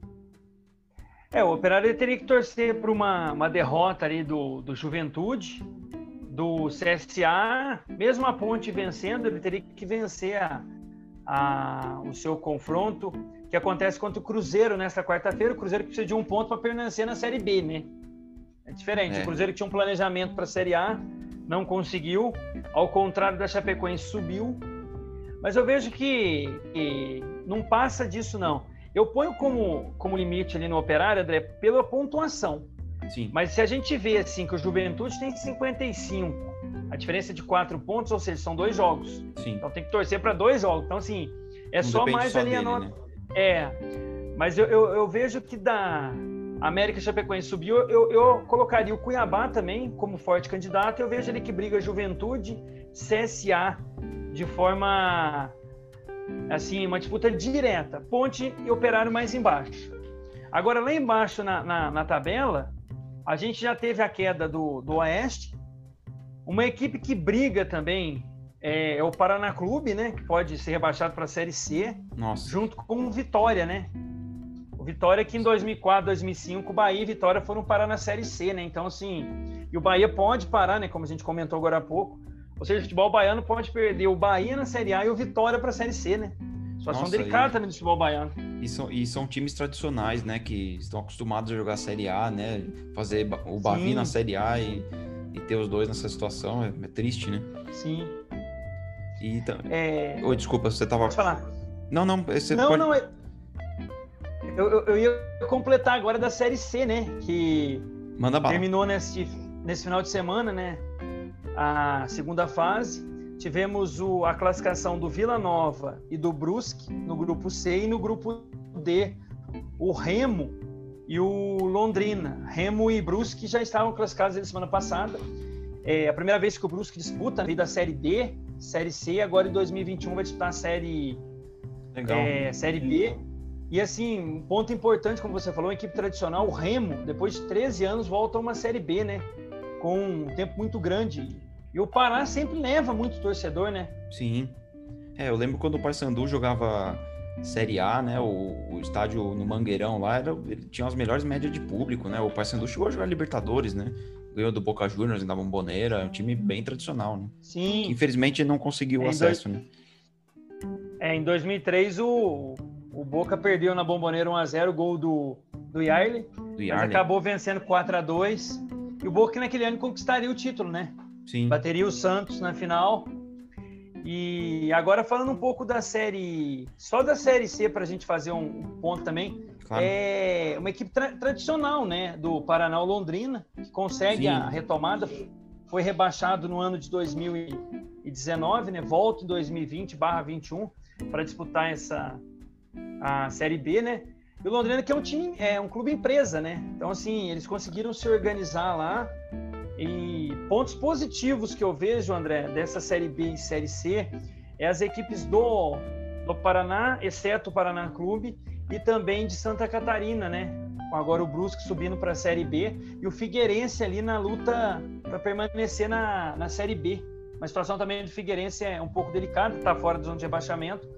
É, o Operário teria que torcer para uma, uma derrota ali do, do Juventude, do C S A, mesmo a Ponte vencendo, ele teria que vencer a, a, o seu confronto, que acontece contra o Cruzeiro nesta quarta-feira. O Cruzeiro que precisa de um ponto para permanecer na Série B, né? É diferente. É. O Cruzeiro que tinha um planejamento para a Série A, não conseguiu, ao contrário da Chapecoense, subiu. Mas eu vejo que, que não passa disso, não. Eu ponho como, como limite ali no Operário, André, pela pontuação. Sim. Mas se a gente vê assim que o Juventude tem cinquenta e cinco, a diferença é de quatro pontos, ou seja, são dois jogos. Sim. Então tem que torcer para dois jogos. Então, assim, é não só mais só ali dele, a nota. Né? É, mas eu, eu, eu vejo que da América Chapecoense subiu, eu, eu colocaria o Cuiabá também como forte candidato. Eu vejo ali que briga Juventude, C S A de forma assim, uma disputa direta, Ponte e Operário mais embaixo. Agora, lá embaixo na, na, na tabela, a gente já teve a queda do, do Oeste, uma equipe que briga também é, é o Paraná Clube, né, que pode ser rebaixado para a Série C. Nossa. Junto com o Vitória, né? O Vitória que em dois mil e quatro, dois mil e cinco, Bahia e Vitória foram parar na Série C, né? Então, assim, e o Bahia pode parar, né, como a gente comentou agora há pouco. Ou seja, o futebol baiano pode perder o Bahia na Série A e o Vitória para a Série C, né? Situação Nossa, delicada e... também do futebol baiano. E são, e são times tradicionais, né? Que estão acostumados a jogar a Série A, né? Fazer o Bavi na Série A e, e ter os dois nessa situação é, é triste, né? Sim. E tá... é... Oi, desculpa, você tava... Pode falar. Não, não, você não, pode... não, eu, eu, eu ia completar agora da Série C, né? Que Manda bala. Terminou nesse, nesse final de semana, né? A segunda fase. Tivemos o, a classificação do Vila Nova e do Brusque no grupo C, e no grupo D, o Remo e o Londrina. Remo e Brusque já estavam classificados na semana passada. É a primeira vez que o Brusque disputa a Série D, Série C, agora em dois mil e vinte e um vai disputar a Série, é, série B. E assim, um ponto importante, como você falou, uma equipe tradicional, o Remo, depois de treze anos, volta a uma Série B, né? Com um tempo muito grande. E o Pará sempre leva muito torcedor, né? Sim. É, eu lembro quando o Paysandu jogava Série A, né? O, o estádio no Mangueirão lá, era, ele tinha as melhores médias de público, né? O Paysandu chegou a jogar Libertadores, né? Ganhou do Boca Juniors na Bomboneira, um time bem tradicional, né? Sim. Que, infelizmente não conseguiu é, acesso, dois... né? É, em dois mil e três o, o Boca perdeu na Bomboneira um a zero, gol do, do Yarley, do Yarley, mas acabou vencendo quatro a dois. E o Boca naquele ano conquistaria o título, né? Sim. Bateria o Santos na final. E agora falando um pouco da série, só da Série C, para a gente fazer um ponto também, claro. É uma equipe tra- tradicional, né, do Paraná, o Londrina, que consegue Sim. a retomada, foi rebaixado no ano de dois mil e dezenove, né, volta em dois mil e vinte barra vinte e um para disputar essa a Série B, né, e o Londrina que é um time, é um clube empresa, né, então assim, eles conseguiram se organizar lá. E pontos positivos que eu vejo, André, dessa Série B e Série C é as equipes do, do Paraná, exceto o Paraná Clube, e também de Santa Catarina, né? agora o Brusque subindo para a Série B e o Figueirense ali na luta para permanecer na, na Série B. Uma situação também do Figueirense é um pouco delicada, está fora da zona de rebaixamento,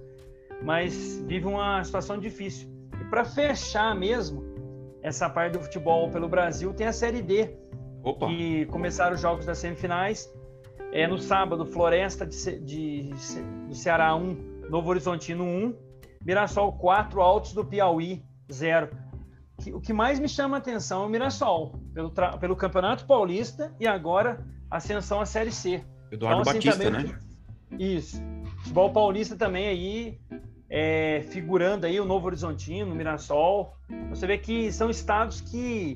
mas vive uma situação difícil. E para fechar mesmo essa parte do futebol pelo Brasil, tem a Série D, Opa. que começaram os jogos das semifinais. É, no sábado, Floresta de, de, do Ceará um, Novo Horizontino um, Mirassol quatro, Altos do Piauí zero. O que mais me chama a atenção é o Mirassol, pelo, tra... pelo Campeonato Paulista e agora ascensão à Série C. Eduardo então, assim, Batista, também... né? Isso. Futebol paulista também aí, é, figurando aí o Novo Horizontino, o Mirassol. Você vê que são estados que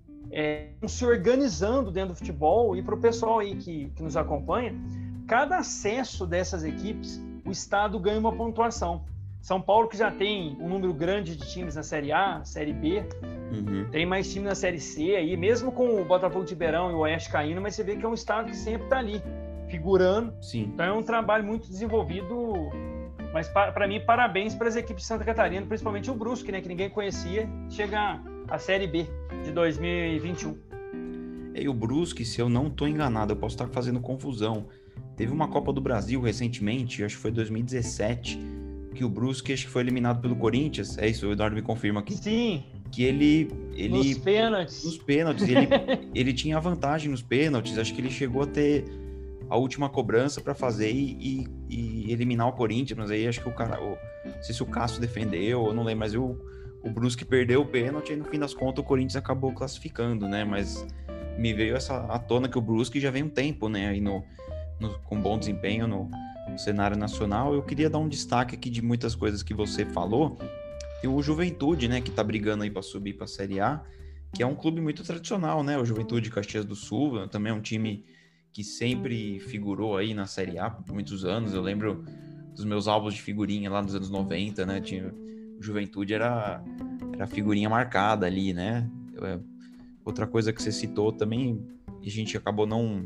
é, estão se organizando dentro do futebol. E para o pessoal aí que, que nos acompanha, cada acesso dessas equipes, o estado ganha uma pontuação. São Paulo, que já tem um número grande de times na Série A, Série B, uhum. tem mais time na Série C aí, mesmo com o Botafogo de Ribeirão e o Oeste caindo, mas você vê que é um estado que sempre está ali, figurando. Sim. Então é um trabalho muito desenvolvido, mas para mim, parabéns para as equipes de Santa Catarina, principalmente o Brusque, né, que ninguém conhecia, chegar à Série B de dois mil e vinte e um. E o Brusque, se eu não estou enganado, eu posso estar fazendo confusão. Teve uma Copa do Brasil recentemente, acho que foi dois mil e dezessete, que o Brusque acho que foi eliminado pelo Corinthians. É isso, o Eduardo me confirma aqui. Sim. Que ele... ele nos pênaltis. Nos pênaltis. Ele, ele tinha vantagem nos pênaltis. Acho que ele chegou a ter a última cobrança para fazer e, e, e eliminar o Corinthians. Mas aí acho que o cara... O, não sei se o Cássio defendeu, eu não lembro. Mas o, o Brusque perdeu o pênalti e no fim das contas o Corinthians acabou classificando, né? Mas me veio essa à tona que o Brusque já vem um tempo, né? Aí no, no, com bom desempenho no... no cenário nacional. Eu queria dar um destaque aqui de muitas coisas que você falou. Tem o Juventude, né, que tá brigando aí para subir para a Série A, que é um clube muito tradicional, né, o Juventude de Caxias do Sul, também é um time que sempre figurou aí na Série A por muitos anos. Eu lembro dos meus álbuns de figurinha lá nos anos noventa, né, tinha, o Juventude era, era figurinha marcada ali, né. Outra coisa que você citou também, e a gente acabou não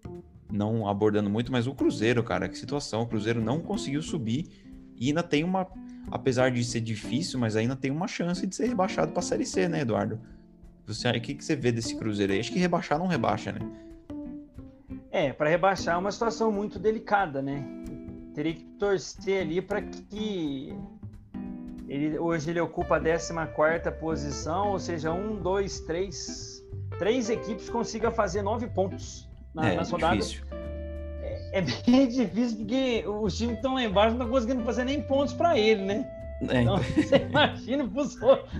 não abordando muito, mas o Cruzeiro, cara, que situação, o Cruzeiro não conseguiu subir e ainda tem uma, apesar de ser difícil, mas ainda tem uma chance de ser rebaixado para a Série C, né, Eduardo? Você, o que, que você vê desse Cruzeiro aí? Acho que rebaixar não rebaixa, né? É, para rebaixar é uma situação muito delicada, né? Teria que torcer ali para que ele, hoje ele ocupa a décima quarta posição, ou seja, um, dois, três, três equipes consigam fazer nove pontos. Na, é, nas rodadas. Difícil. É, é bem difícil porque os times que estão lá embaixo não estão conseguindo fazer nem pontos para ele, né? É, então, você imagina pros outros.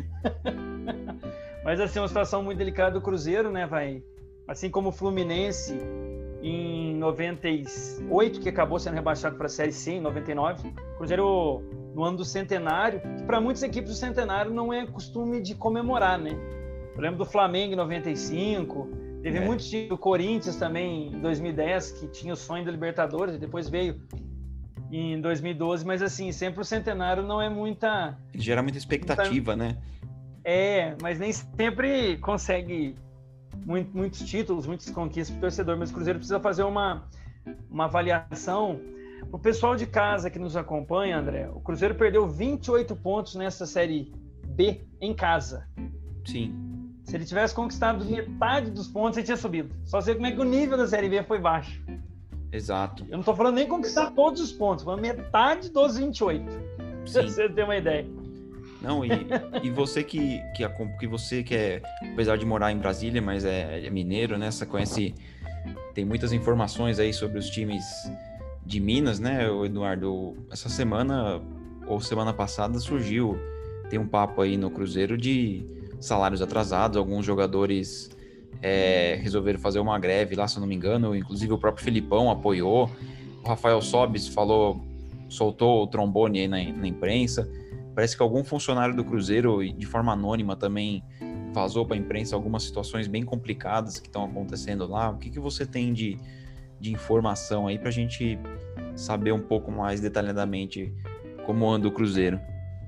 Mas assim, uma situação muito delicada do Cruzeiro, né? Vai, assim como o Fluminense em noventa e oito, que acabou sendo rebaixado para a Série C em noventa e nove. Cruzeiro no ano do centenário, que para muitas equipes do centenário não é costume de comemorar, né? Eu lembro do Flamengo em noventa e cinco. Teve é. muitos times do Corinthians também em dois mil e dez, que tinha o sonho da Libertadores, e depois veio em dois mil e doze, mas assim, sempre o centenário não é muita... Gera muita expectativa, muita... né? É, mas nem sempre consegue muito, muitos títulos, muitas conquistas para o torcedor, mas o Cruzeiro precisa fazer uma, uma avaliação. O pessoal de casa que nos acompanha, André, o Cruzeiro perdeu vinte e oito pontos nessa Série B em casa. Sim. Se ele tivesse conquistado metade dos pontos, ele tinha subido. Só sei como é que o nível da Série B foi baixo. Exato. Eu não estou falando nem conquistar todos os pontos, falando metade dos vinte e oito. Pra você ter uma ideia. Não, e, e você que, que, que você que é, apesar de morar em Brasília, mas é, é mineiro, né? Você conhece, tem muitas informações aí sobre os times de Minas, né, Eduardo? Essa semana, ou semana passada, surgiu, tem um papo aí no Cruzeiro de salários atrasados, alguns jogadores é, resolveram fazer uma greve lá, se eu não me engano, inclusive o próprio Filipão apoiou, o Rafael Sobis falou, soltou o trombone aí na, na imprensa, parece que algum funcionário do Cruzeiro, de forma anônima também, vazou para a imprensa algumas situações bem complicadas que estão acontecendo lá. O que, que você tem de, de informação aí para a gente saber um pouco mais detalhadamente como anda o Cruzeiro?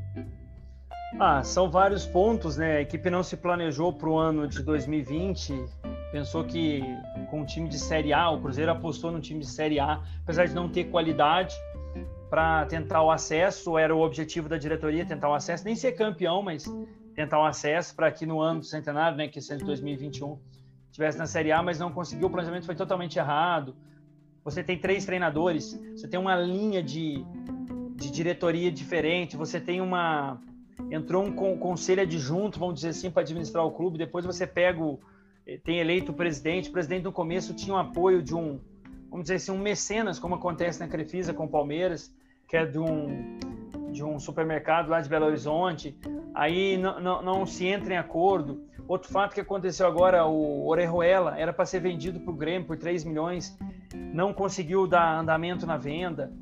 Ah, são vários pontos, né? A equipe não se planejou para o ano de dois mil e vinte, pensou que com um time de Série A, o Cruzeiro apostou no time de Série A, apesar de não ter qualidade para tentar o acesso, era o objetivo da diretoria tentar o acesso, nem ser campeão, mas tentar um acesso para que no ano do centenário, né, que esse ano de dois mil e vinte e um, estivesse na Série A, mas não conseguiu. O planejamento foi totalmente errado. Você tem três treinadores, você tem uma linha de, de diretoria diferente, você tem uma... Entrou um conselho adjunto, vamos dizer assim, para administrar o clube. Depois você pega o... Tem eleito o presidente. O presidente no começo tinha o apoio de um, vamos dizer assim, um mecenas, como acontece na Crefisa com o Palmeiras, que é de um, de um supermercado lá de Belo Horizonte. Aí não, não, não se entra em acordo. Outro fato que aconteceu agora, o Orejuela era para ser vendido para o Grêmio por três milhões, não conseguiu dar andamento na venda.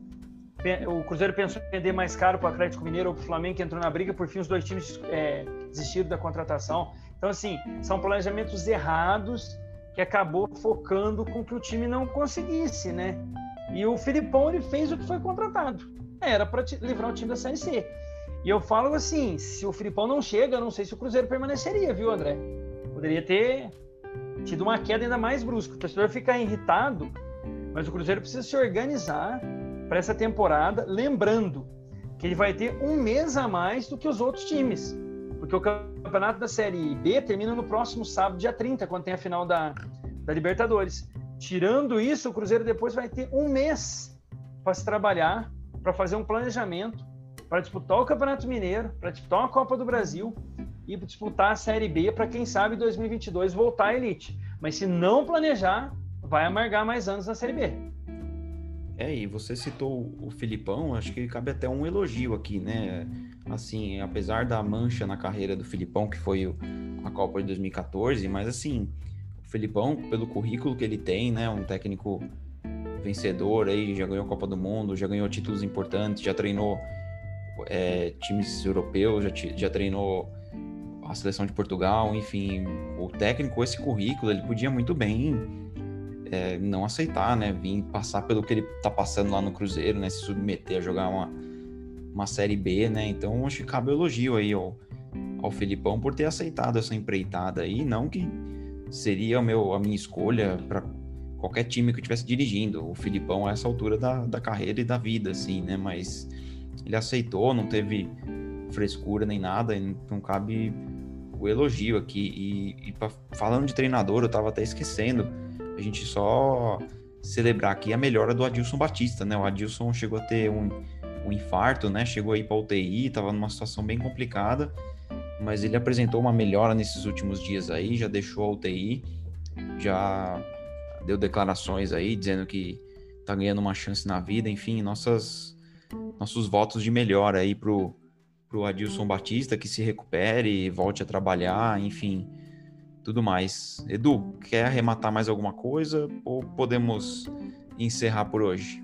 O Cruzeiro pensou em vender mais caro para o Atlético Mineiro ou para o Flamengo, que entrou na briga. Por fim, os dois times é, desistiram da contratação. Então, assim, são planejamentos errados que acabou focando com que o time não conseguisse, né? E o Filipão, ele fez o que foi contratado. Era para livrar o time da Série C. E eu falo assim, se o Filipão não chega, eu não sei se o Cruzeiro permaneceria, viu, André? Poderia ter tido uma queda ainda mais brusca. O torcedor fica irritado, mas o Cruzeiro precisa se organizar para essa temporada, lembrando que ele vai ter um mês a mais do que os outros times, porque o campeonato da Série B termina no próximo sábado, dia trinta, quando tem a final da, da Libertadores. Tirando isso, o Cruzeiro depois vai ter um mês para se trabalhar, para fazer um planejamento, para disputar o Campeonato Mineiro, para disputar uma Copa do Brasil e disputar a Série B para, quem sabe, em dois mil e vinte e dois voltar à elite. Mas se não planejar, vai amargar mais anos na Série B. É, e você citou o Filipão, acho que cabe até um elogio aqui, né? Assim, apesar da mancha na carreira do Filipão, que foi a Copa de dois mil e quatorze, mas assim, o Filipão, pelo currículo que ele tem, né? Um técnico vencedor aí, já ganhou a Copa do Mundo, já ganhou títulos importantes, já treinou é, times europeus, já, já treinou a seleção de Portugal, enfim, o técnico com esse currículo, ele podia muito bem é, não aceitar, né, vir passar pelo que ele tá passando lá no Cruzeiro, né, se submeter a jogar uma, uma Série B, né, então acho que cabe elogio aí ao, ao Filipão por ter aceitado essa empreitada aí, não que seria o meu, a minha escolha para qualquer time que eu estivesse dirigindo, o Filipão a essa altura da, da carreira e da vida, assim, né, mas ele aceitou, não teve frescura nem nada, então cabe o elogio aqui. E, e pra, falando de treinador, eu tava até esquecendo, a gente só celebrar aqui a melhora do Adilson Batista, né? O Adilson chegou a ter um, um infarto, né? Chegou aí pra U T I, tava numa situação bem complicada, mas ele apresentou uma melhora nesses últimos dias aí, já deixou a U T I, já deu declarações aí dizendo que tá ganhando uma chance na vida, enfim, nossas, nossos votos de melhora aí pro pro Adilson Batista, que se recupere, volte a trabalhar, enfim, tudo mais. Edu, quer arrematar mais alguma coisa ou podemos encerrar por hoje?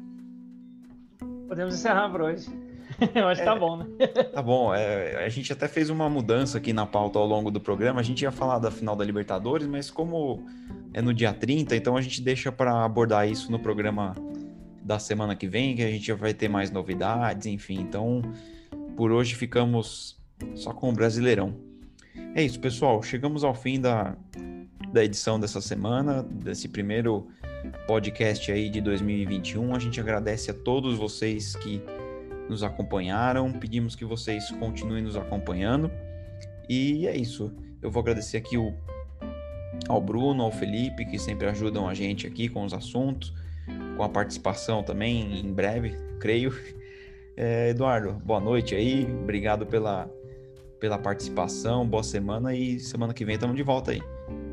Podemos encerrar por hoje. Eu acho que é, tá bom, né? Tá bom, é, a gente até fez uma mudança aqui na pauta ao longo do programa, a gente ia falar da final da Libertadores, mas como é no dia trinta, então a gente deixa para abordar isso no programa da semana que vem, que a gente já vai ter mais novidades, enfim, então por hoje ficamos só com o Brasileirão. É isso, pessoal. Chegamos ao fim da, da edição dessa semana, desse primeiro podcast aí de dois mil e vinte e um. A gente agradece a todos vocês que nos acompanharam. Pedimos que vocês continuem nos acompanhando. E é isso. Eu vou agradecer aqui o, ao Bruno, ao Felipe, que sempre ajudam a gente aqui com os assuntos, com a participação também, em breve, creio. É, Eduardo, boa noite aí, obrigado pela, pela participação, boa semana e semana que vem estamos de volta aí.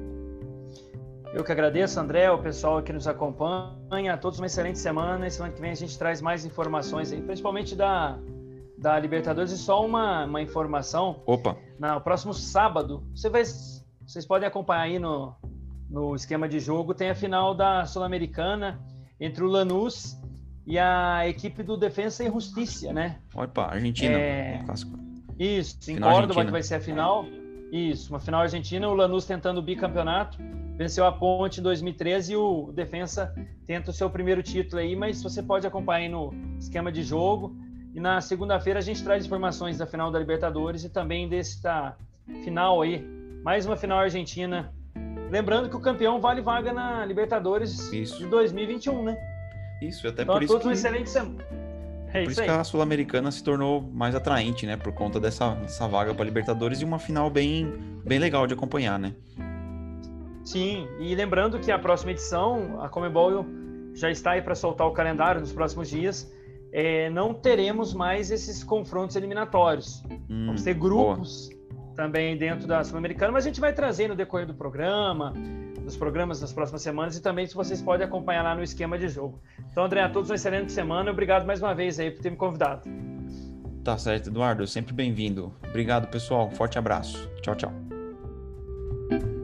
Eu que agradeço, André, o pessoal que nos acompanha, a todos uma excelente semana, e semana que vem a gente traz mais informações aí, principalmente da, da Libertadores. E só uma, uma informação, Opa. No próximo sábado, você vai, vocês podem acompanhar aí no, no esquema de jogo, tem a final da Sul-Americana entre o Lanús e a equipe do Defensa e Justiça, né? Opa, Argentina. É... Isso, em final Córdoba, Argentina. Que vai ser a final. Isso, uma final argentina, o Lanús tentando o bicampeonato, venceu a Ponte em dois mil e treze e o Defensa tenta o seu primeiro título aí, mas você pode acompanhar aí no esquema de jogo. E na segunda-feira a gente traz informações da final da Libertadores e também desta final aí, mais uma final argentina. Lembrando que o campeão vale vaga na Libertadores Isso. de dois mil e vinte e um, né? Isso, até Então, por a isso todos que... uma excelente semana. É Por isso isso aí. que a Sul-Americana se tornou mais atraente, né? Por conta dessa, dessa vaga para Libertadores e uma final bem, bem legal de acompanhar, né? Sim, e lembrando que a próxima edição, a Conmebol já está aí para soltar o calendário nos próximos dias. É, não teremos mais esses confrontos eliminatórios. Hum, Vamos ter grupos boa. também dentro da Sul-Americana, mas a gente vai trazer no decorrer do programa, dos programas nas próximas semanas, e também se vocês podem acompanhar lá no esquema de jogo. Então, André, a todos uma excelente semana. Obrigado mais uma vez aí por ter me convidado. Tá certo, Eduardo. Sempre bem-vindo. Obrigado, pessoal. Forte abraço. Tchau, tchau.